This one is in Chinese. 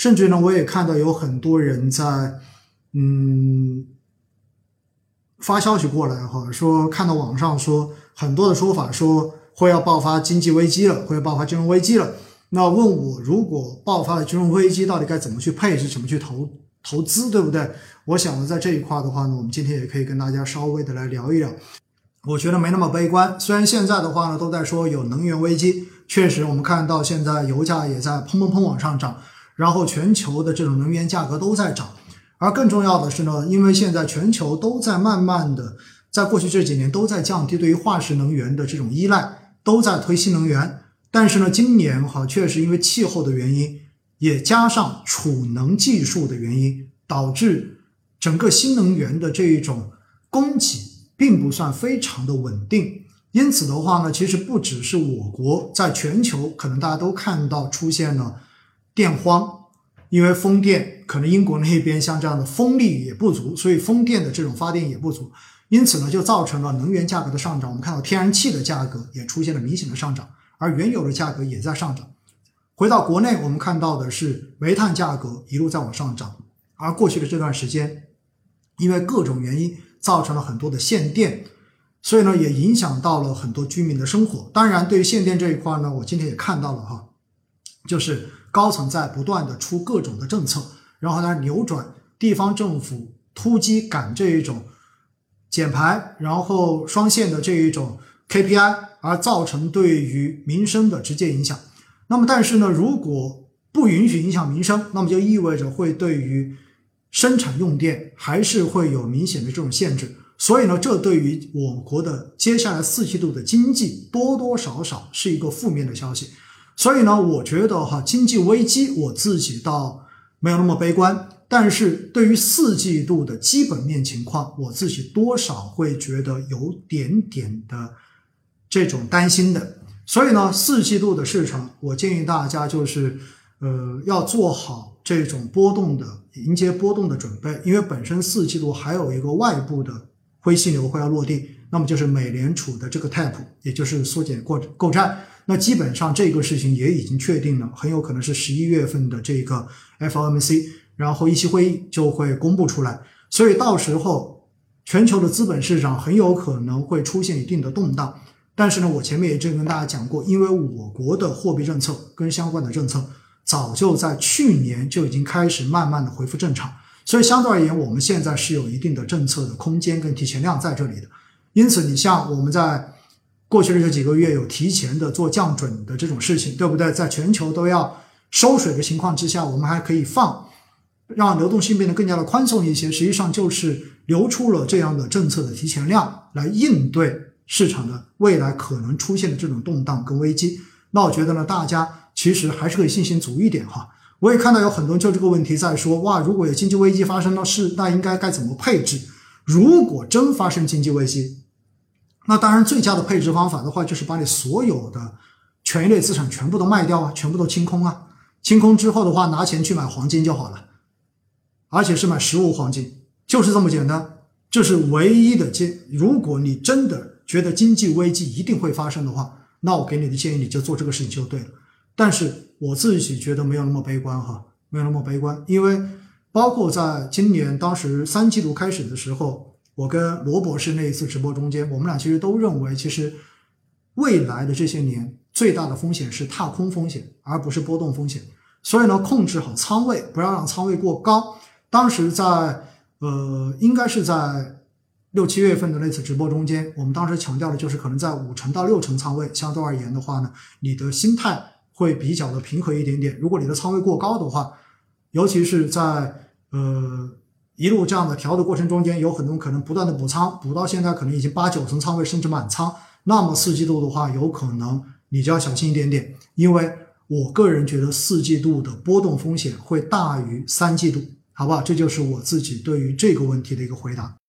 甚至呢，我也看到有很多人在发消息过来哈，说看到网上说很多的说法说会要爆发经济危机了，会要爆发金融危机了。那问我如果爆发了金融危机，到底该怎么去配置，怎么去投资，对不对？我想呢，在这一块的话呢，我们今天也可以跟大家稍微的来聊一聊。我觉得没那么悲观，虽然现在的话呢都在说有能源危机，确实我们看到现在油价也在砰砰砰往上涨，然后全球的这种能源价格都在涨。而更重要的是呢，因为现在全球都在慢慢的，在过去这几年都在降低对于化石能源的这种依赖，都在推新能源。但是呢，今年确实因为气候的原因，也加上储能技术的原因，导致整个新能源的这一种供给并不算非常的稳定。因此的话呢，其实不只是我国，在全球可能大家都看到出现了电荒。因为风电可能英国那边像这样的风力也不足，所以风电的这种发电也不足，因此呢就造成了能源价格的上涨。我们看到天然气的价格也出现了明显的上涨，而原油的价格也在上涨。回到国内，我们看到的是煤炭价格一路在往上涨，而过去的这段时间因为各种原因造成了很多的限电，所以呢也影响到了很多居民的生活。当然对于限电这一块呢，我今天也看到了就是高层在不断的出各种的政策，然后呢扭转地方政府突击赶这一种减排，然后双线的这一种 KPI， 而造成对于民生的直接影响。那么但是呢，如果不允许影响民生，那么就意味着会对于生产用电还是会有明显的这种限制。所以呢，这对于我国的接下来4季度的经济多多少少是一个负面的消息。所以呢，我觉得经济危机我自己倒没有那么悲观，但是对于4季度的基本面情况，我自己多少会觉得有点点的这种担心的。所以呢，4季度的市场，我建议大家就是要做好这种迎接波动的准备，因为本身4季度还有一个外部的灰犀牛会要落地，那么就是美联储的这个 TAP， 也就是缩减购债。那基本上这个事情也已经确定了，很有可能是11月份的这个 FOMC， 然后议息会议就会公布出来。所以到时候全球的资本市场很有可能会出现一定的动荡。但是呢，我前面也跟大家讲过，因为我国的货币政策跟相关的政策早就在去年就已经开始慢慢的恢复正常，所以相对而言，我们现在是有一定的政策的空间跟提前量在这里的。因此你像我们在过去的这几个月有提前的做降准的这种事情，对不对？在全球都要收水的情况之下，我们还可以让流动性变得更加的宽松一些，实际上就是留出了这样的政策的提前量来应对市场的未来可能出现的这种动荡跟危机。那我觉得呢，大家其实还是可以信心足一点我也看到有很多人就这个问题在说，哇，如果有经济危机发生了，那应该怎么配置？如果真发生经济危机，那当然最佳的配置方法的话，就是把你所有的权益类资产全部都卖掉全部都清空清空之后的话，拿钱去买黄金就好了，而且是买实物黄金，就是这么简单。这是唯一的如果你真的觉得经济危机一定会发生的话，那我给你的建议，你就做这个事情就对了。但是我自己觉得没有那么悲观没有那么悲观，因为包括在今年当时3季度开始的时候，我跟罗博士那一次直播中间，我们俩其实都认为，其实未来的这些年最大的风险是踏空风险，而不是波动风险。所以呢，控制好仓位，不要让仓位过高。当时在应该是在6、7月份的那次直播中间，我们当时强调的就是可能在5成到6成仓位，相对而言的话呢，你的心态会比较的平和一点点。如果你的仓位过高的话，尤其是在一路这样的调的过程中间，有很多人可能不断的补仓，补到现在可能已经8、9成仓位甚至满仓，那么4季度的话，有可能你就要小心一点点，因为我个人觉得4季度的波动风险会大于3季度，好不好？这就是我自己对于这个问题的一个回答。